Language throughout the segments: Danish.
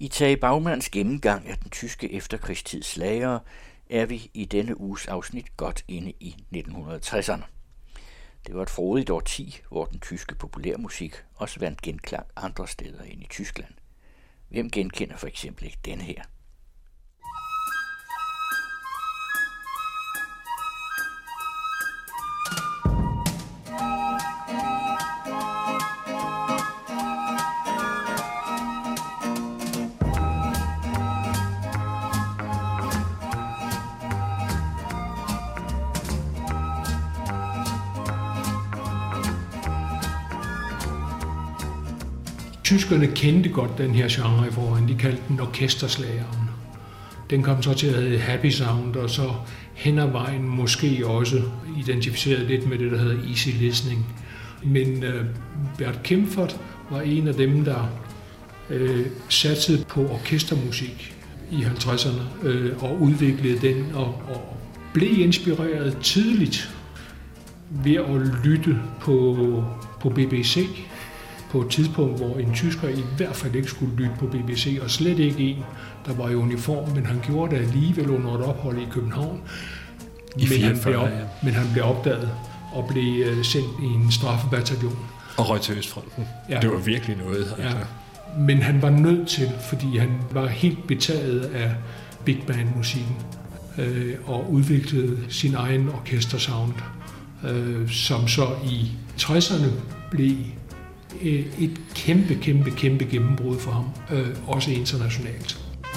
I Tage Bagmanns gennemgang af den tyske efterkrigstids slagere er vi i denne uges afsnit godt inde i 1960'erne. Det var et frodigt årti, hvor den tyske populærmusik også vandt genklang andre steder end i Tyskland. Hvem genkender for eksempel ikke denne her? Tyskerne kendte godt den her genre i forvejen. De kaldte den orkesterslageren. Den kom så til at hedde Happy Sound, og så hen ad vejen måske også identificeret lidt med det, der hedder Easy Listening. Men Bert Kaempfert var en af dem, der satsede på orkestermusik i 50'erne og udviklede den og blev inspireret tidligt ved at lytte på BBC. På et tidspunkt, hvor en tysker i hvert fald ikke skulle lytte på BBC, og slet ikke en, der var i uniform, men han gjorde det alligevel under et ophold i København. Men han blev opdaget og blev sendt i en straffebataljon. Og røg til Østfronten. Ja. Det var virkelig noget. Ja. Men han var nødt til, fordi han var helt betaget af big band-musikken, og udviklede sin egen orkestersound, som så i 60'erne blev et kæmpe gennembrud for ham, også internationalt.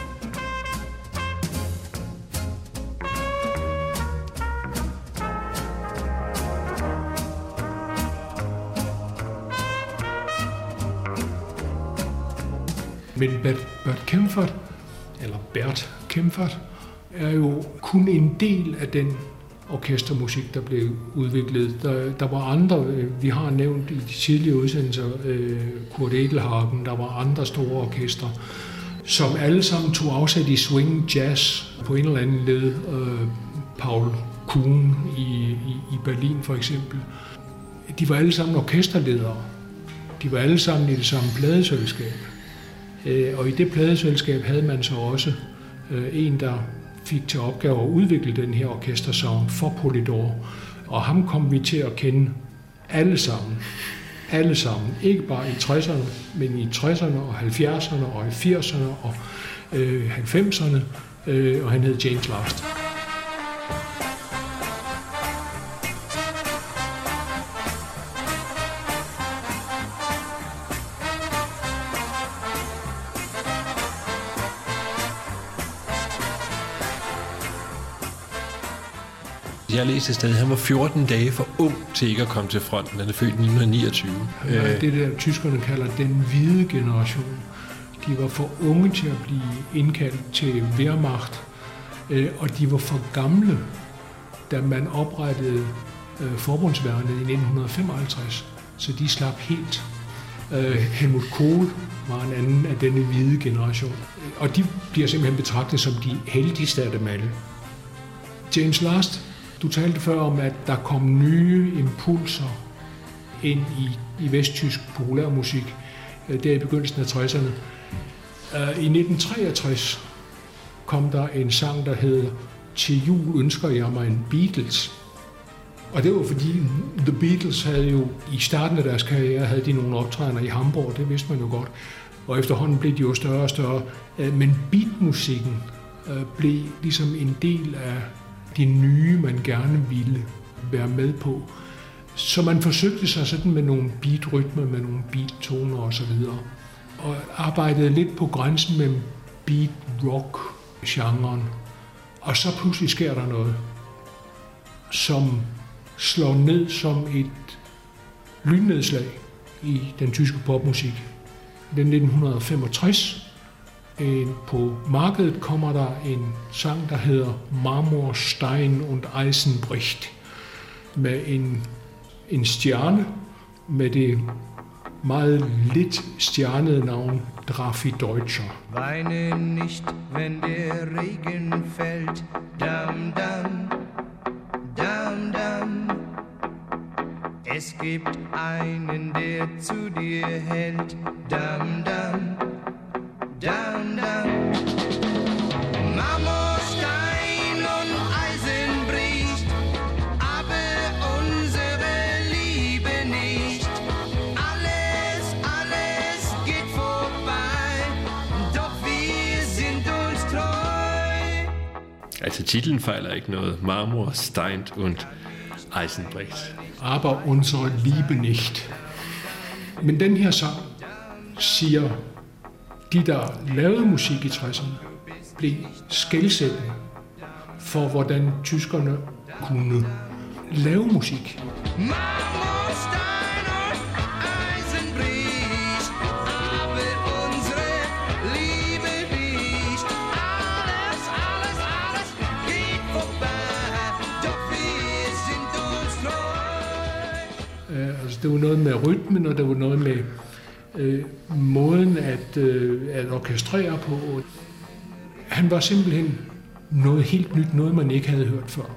Men Bert Kaempfert er jo kun en del af den orkestermusik, der blev udviklet. Der var andre, vi har nævnt i de tidligere udsendelser, Kurt Edelhagen, der var andre store orkestre, som alle sammen tog afsæt i swing jazz på en eller anden led. Paul Kuhn i Berlin for eksempel. De var alle sammen orkesterledere. De var alle sammen i det samme pladeselskab. Og i det pladeselskab havde man så også en, der fik til opgave at udvikle den her orkestersound for Polydor. Og ham kom vi til at kende alle sammen. Alle sammen. Ikke bare i 60'erne, men i 60'erne og 70'erne og i 80'erne og 90'erne. Og han hed James Last. Jeg læste et sted, at han var 14 dage for ung til ikke at komme til fronten. Han er født i 1929. Det der tyskerne kalder den hvide generation. De var for unge til at blive indkaldt til Wehrmacht, og de var for gamle, da man oprettede forbundsværnet i 1955. Så de slap helt. Helmut Kohl var en anden af denne hvide generation. Og de bliver simpelthen betragtet som de heldigste af dem alle. James Last. Du talte før om, at der kom nye impulser ind i vesttysk populærmusik, der i begyndelsen af 60'erne. I 1963 kom der en sang, der hed Til jul ønsker jeg mig en Beatles. Og det var fordi The Beatles havde jo i starten af deres karriere havde de nogle optrædener i Hamburg, det vidste man jo godt. Og efterhånden blev de jo større og større. Men beatmusikken blev ligesom en del af de nye, man gerne ville være med på. Så man forsøgte sig sådan med nogle beat-rytmer, med nogle beat-toner osv. Og arbejdede lidt på grænsen mellem beat-rock-genren. Og så pludselig sker der noget, som slår ned som et lynnedslag i den tyske popmusik. Det er 1965. På markedet kommer der en sang, der hedder Marmor, Stein und Eisen bricht, med en stjerne med det meget lidt stjernede navn Drafi Deutscher. Weine nicht, wenn der Regen fällt, dam dam, dam dam. Es gibt einen, der zu dir hält, dam dam, dam dam. Altså titlen fejler ikke noget. Marmor, Stein und Eisenbrecht. Aber unsere Liebe nicht. Men den her sang siger, de der lavede musik i 60'erne, blev skelsættende for, hvordan tyskerne kunne lave musik. Marmor, Stein und Eisenbrecht, aber unsere Liebe nicht. Alles, alles, alles geht vorbei, doch wir sind uns treu. Altså, det var noget med rytmen, og det var noget med måden at orkestrere på. Han var simpelthen noget helt nyt, noget man ikke havde hørt før.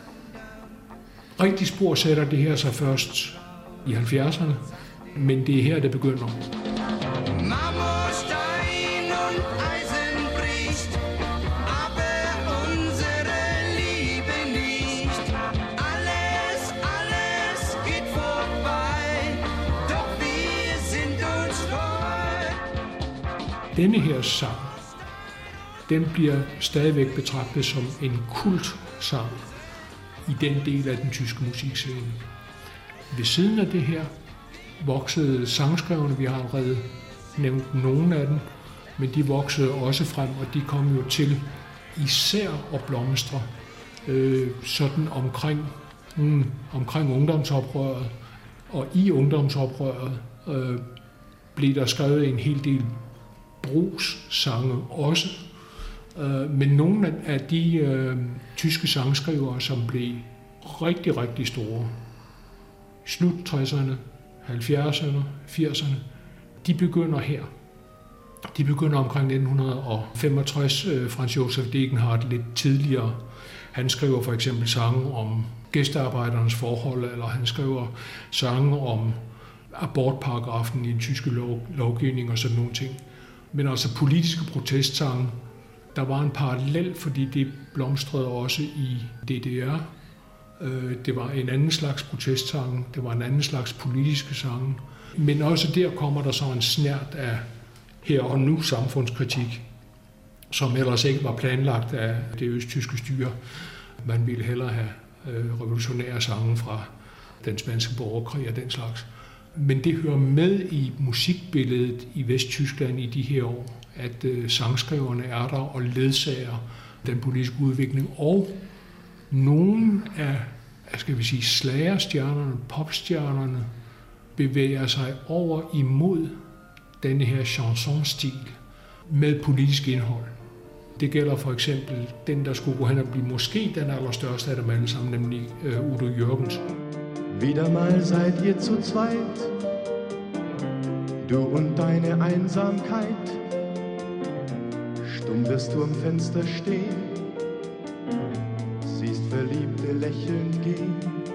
Rigtig spor sætter det her sig først i 70'erne, men det er her, det begynder. Marmor, Stein und Eisenbrecht, aber unsere Liebe nicht. Alles, alles geht vorbei, doch wir sind uns treu. Denne her sang, den bliver stadigvæk betragtet som en kultsang i den del af den tyske musikscene. Ved siden af det her voksede sangskriverne, vi har allerede nævnt nogle af dem, men de voksede også frem, og de kom jo til især at blomstre sådan omkring ungdomsoprøret, og i ungdomsoprøret blev der skrevet en hel del brugssange også. Men nogle af de tyske sangskrivere, som blev rigtig, rigtig store, slut 60'erne, 70'erne, 80'erne, de begynder her. De begynder omkring 1965. Franz Josef Degenhardt lidt tidligere. Han skriver for eksempel sange om gæstearbejdernes forhold, eller han skriver sange om abortparagrafen i den tyske lovgivning og sådan nogle ting. Men altså politiske protestsange, der var en parallel, fordi det blomstrede også i DDR. Det var en anden slags protestsange, det var en anden slags politiske sange. Men også der kommer der så en snert af her og nu samfundskritik, som ellers ikke var planlagt af det østtyske styre. Man ville hellere have revolutionære sange fra den spanske borgerkrig og den slags. Men det hører med i musikbilledet i Vesttyskland i de her år, at sangskriverne er der og ledsager den politiske udvikling. Og nogle af, skal vi sige, slagerstjernerne, popstjernerne, bevæger sig over imod denne her chansonstil med politisk indhold. Det gælder for eksempel den, der skulle gå hen og blive måske den allerstørste af dem alle sammen, nemlig Udo Jürgens. Wieder mal seid ihr zu zweit, du und deine Einsamkeit. Stumm wirst du am Fenster stehen, siehst Verliebte lächelnd gehen,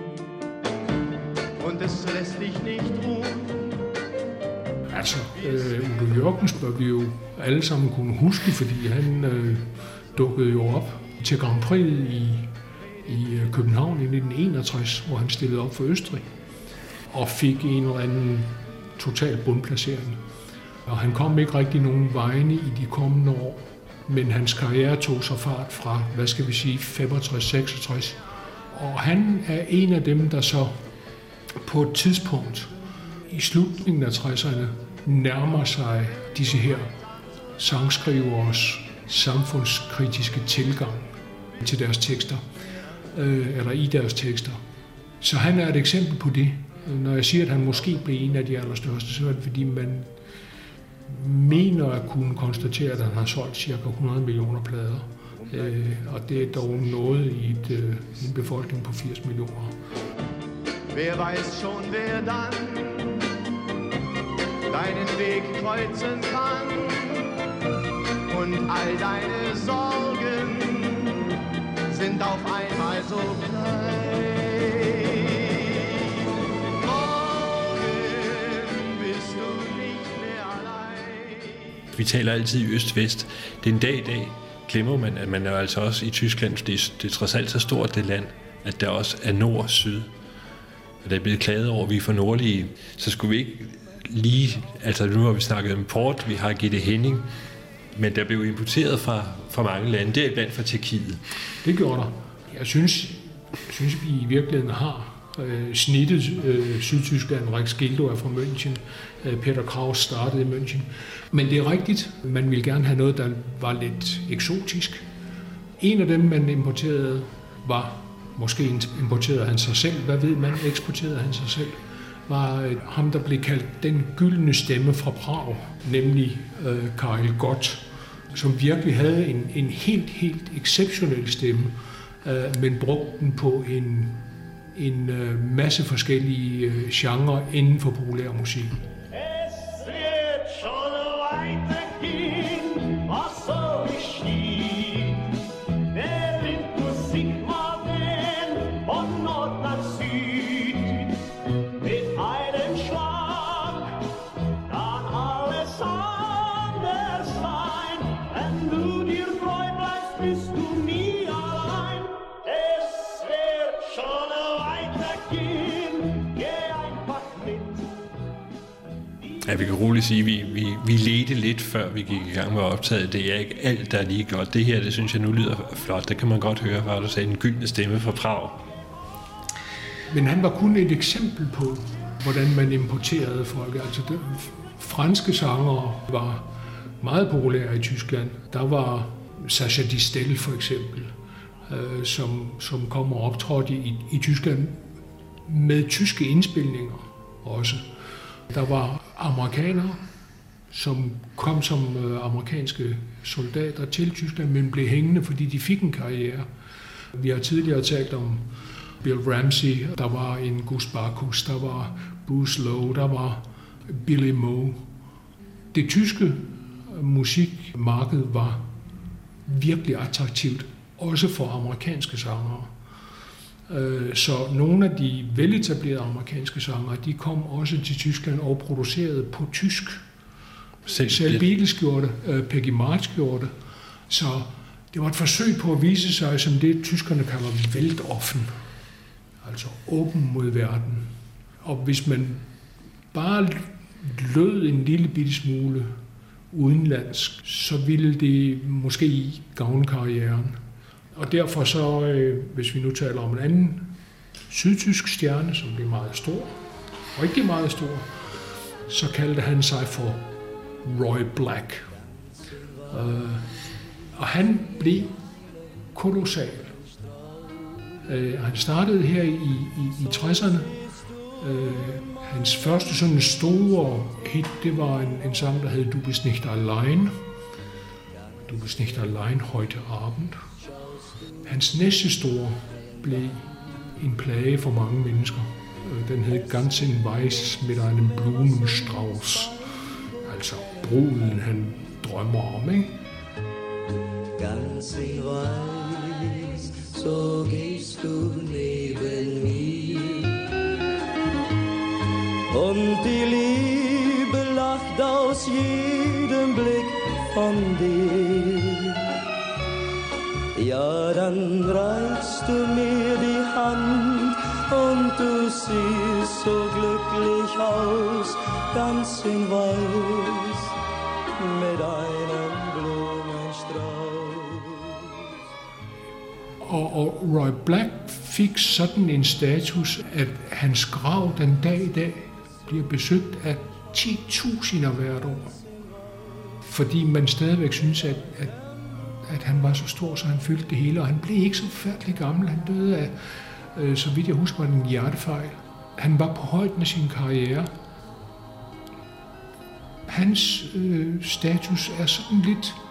und es lässt dich nicht ruhen. Altså, Udo Jürgens bør vi jo alle sammen kunne huske, fordi han dukkede jo op til Grand Prix i København i 1961, hvor han stillede op for Østrig og fik en eller anden total bundplacering. Og han kom ikke rigtig nogen vegne i de kommende år, men hans karriere tog sig fart fra, 65-66. Og han er en af dem, der så på et tidspunkt i slutningen af 60'erne nærmer sig disse her sangskriveres samfundskritiske tilgang til deres tekster, eller i deres tekster. Så han er et eksempel på det. Når jeg siger, at han måske blev en af de allerstørste, så er det fordi, man mener at kunne konstatere, at han har solgt ca. 100 millioner plader. Og det er dog noget i en befolkning på 80 millioner. Wer weiß schon, wer dann deinen Weg kreuzen kann und all deine Sorgen sind auf einmal so klein. Morgen bist du nicht mehr allein. Vi taler altid i øst-vest. Den dag i dag glemmer man, at man er altså også i Tyskland, fordi det er trods alt så stort det land, at der også er nord og syd. Og der er blevet klaget over, at vi er for nordlige. Så skulle vi ikke lige, altså nu har vi snakket om Port, vi har Gitte Henning, Men der blev importeret fra mange lande, deriblandt fra Tjekkiet. Det gjorde der. Jeg synes vi i virkeligheden har snittet Sydtyskland. Rex Gildo er fra München. Peter Kraus startede i München. Men det er rigtigt, man ville gerne have noget, der var lidt eksotisk. En af dem, man importerede, måske importerede han sig selv, hvad ved man, eksporterede han sig selv, var ham, der blev kaldt den gyldne stemme fra Prag, nemlig Karel Gott, som virkelig havde en helt exceptionel stemme, men brugte den på en masse forskellige genrer inden for populærmusikken. Ja, vi kan roligt sige, at vi ledte lidt, før vi gik i gang med optaget. Det er ikke alt, der er lige godt. Det her, det synes jeg nu lyder flot. Det kan man godt høre, hvad du sagde, en gyldne stemme fra Prag. Men han var kun et eksempel på, hvordan man importerede folk. Altså, franske sangere var meget populære i Tyskland. Der var Sacha Distel for eksempel, som kom og optrådte i Tyskland med tyske indspilninger også. Der var amerikanere, som kom som amerikanske soldater til Tyskland, men blev hængende, fordi de fik en karriere. Vi har tidligere talt om Bill Ramsey, der var en Gus Bacchus, der var Bruce Lowe, der var Billy Moe. Det tyske musikmarked var virkelig attraktivt, også for amerikanske sangere. Så nogle af de veletablerede amerikanske sangere, de kom også til Tyskland og producerede på tysk. Selv Beatles gjorde det, Peggy March gjorde det. Så det var et forsøg på at vise sig som det, tyskerne kalder Weltoffen, altså åben mod verden. Og hvis man bare lød en lille bitte smule udenlandsk, så ville det måske gavne karrieren. Og derfor så, hvis vi nu taler om en anden sydtysk stjerne, som blev meget stor, rigtig meget stor, så kaldte han sig for Roy Black. Og han blev kolossal. Han startede her i 60'erne. Hans første sådan store hit, det var en sang, der hed Du bist nicht allein. Du bist nicht allein heute Abend. Hans næste store blev en plage for mange mennesker. Den hed Ganz in Weiß mit einem Blumenstrauß. Altså bruden, han drømmer om, ikke? Ganz in Weiß, so gehst du neben mir. Und die Liebe lacht aus jedem Blick von dir. Ja, dann reichst du mir die Hand und du siehst so glücklich aus, ganz in Weiß mit einem Blumenstrauß. Og Roy Black fik sådan en status, at hans grav den dag i dag bliver besøgt af 10.000 hvert år. Fordi man stadigvæk synes, at han var så stor, så han fyldte det hele, og han blev ikke så forfærdelig gammel. Han døde af, så vidt jeg husker, en hjertefejl. Han var på højden af sin karriere. Hans status er sådan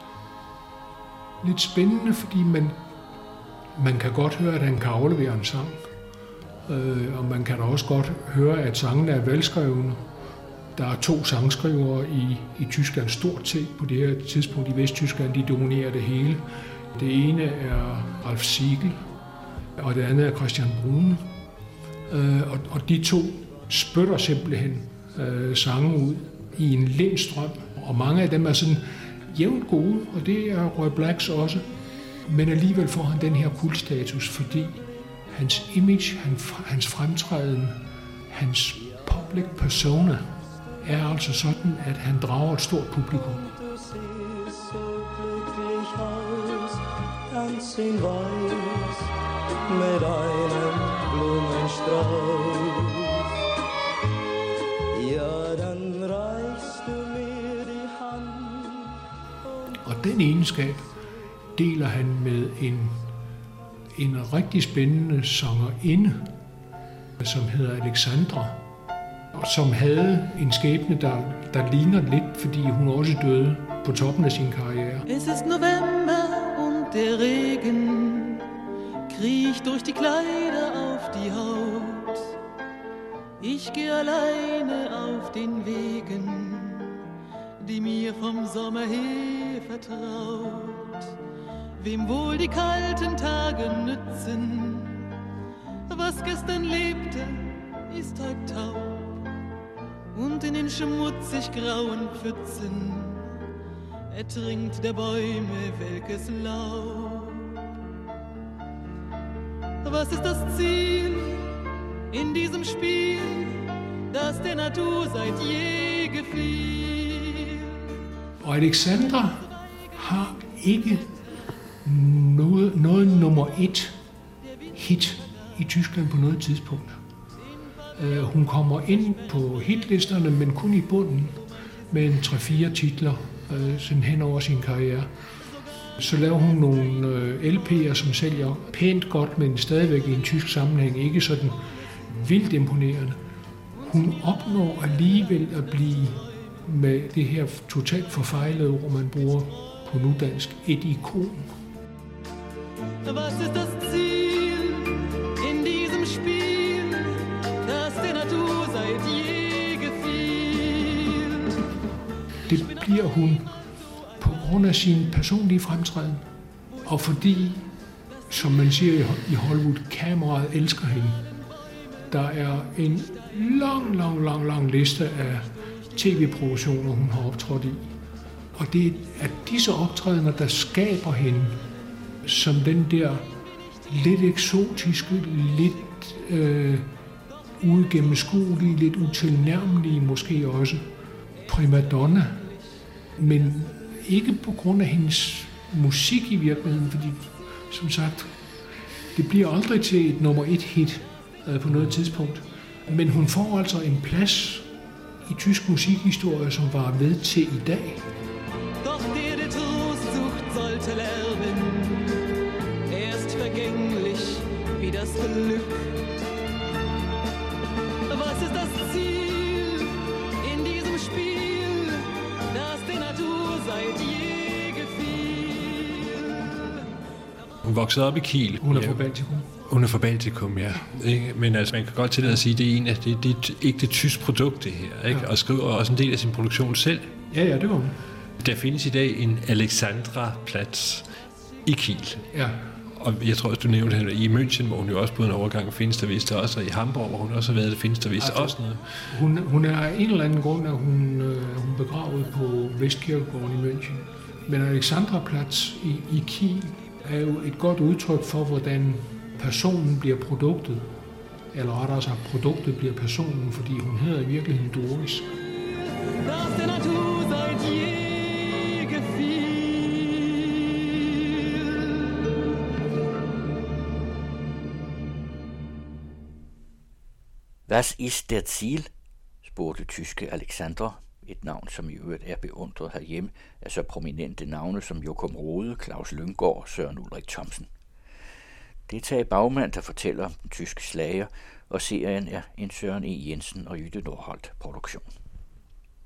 lidt spændende, fordi man kan godt høre, at han kan aflevere en sang. Og man kan da også godt høre, at sangene er velskrevne. Der er 2 sangskrivere i Tyskland stort set på det her tidspunkt i Vesttyskland. De dominerer det hele. Det ene er Ralf Siegel, og det andet er Christian Brune. Og de 2 spytter simpelthen sange ud i en lindstrøm. Og mange af dem er sådan jævnt gode, og det er Roy Blacks også. Men alligevel får han den her kultstatus, fordi hans image, hans fremtræden, hans public persona er altså sådan, at han drager et stort publikum. Du siehst so ganz in Weiß mit einem Blumenstrauß. Ja, dann reichst du mir die Hand. Og den egenskab deler han med en rigtig spændende sangerinde, som hedder Alexandra, og som havde en skæbne, der ligner lidt, fordi hun også døde på toppen af sin karriere. Es ist November und der Regen kriecht durch die Kleider auf die Haut. Ich gehe alleine auf den Wegen, die mir vom Sommer her vertraut. Wem wohl die kalten Tage nützen, was gestern lebte, ist heut taub. Und in den schmutzig grauen Pfützen ertrinkt der Bäume welkes Laub. Was ist das Ziel in diesem Spiel, das der Natur seit je gefiel? Og Alexandra har ikke noget nummer 1 hit i Tyskland på noget tidspunkt. Hun kommer ind på hitlisterne, men kun i bunden med en 3-4 titler sådan hen over sin karriere. Så laver hun nogle LP'er, som sælger pænt godt, men stadigvæk i en tysk sammenhæng ikke sådan vildt imponerende. Hun opnår alligevel at blive, med det her totalt forfejlede ord, man bruger på nudansk, et ikon. Was ist das Ziel in diesem Spiel, das der Natur seit je gefiel? Det bliver hun på grund af sin personlige fremtræden, og fordi, som man siger i Hollywood, kameraet elsker hende. Der er en lang liste af tv-produktioner, hun har optrådt i. Og det er disse optrædener, der skaber hende som den der lidt eksotiske, lidt uigennemskuelige, lidt utilnærmelige måske også primadonna. Men ikke på grund af hendes musik i virkeligheden, fordi som sagt, det bliver aldrig til et nummer 1 hit på noget tidspunkt. Men hun får altså en plads i tysk musikhistorie, som var ved til i dag. Doch der Trost sucht, sollte lernen, ist vergänglich wie das Glück. Was ist das Ziel in diesem Spiel, das der Natur seit je gefiel? Hun voksede op i Kiel. Hun er fra Baltikum. Hun er fra Baltikum, ja. Ikke? Men altså, man kan godt tillade at sige, at det er en af det ikke det tysk produkt, det her. Ikke? Og skriver også en del af sin produktion selv. Ja, det var hun. Der findes i dag en Alexandra-plads i Kiel. Ja. Og jeg tror også, du nævnte hende i München, hvor hun jo også på en overgang findes der vist også, og i Hamburg, hvor hun også har været, der findes der vist altså, også noget. Hun er af en eller anden grund, at hun begravet på Vestkirkegården i München. Men Alexandra-plads i Kiel er jo et godt udtryk for, hvordan personen bliver produktet. Eller rettere sagt, produktet bliver personen, fordi hun hedder i virkeligheden Doris. Was ist der Ziel? Spurgte tyske Alexandra, et navn, som i øvrigt er beundret herhjemme af så prominente navne som Joachim Rode, Claus Lynggaard og Søren Ulrik Thomsen. Det er Tage Bagmand, der fortæller om den tyske slager, og serien er en Søren E. Jensen og Jytte Nordholt produktion.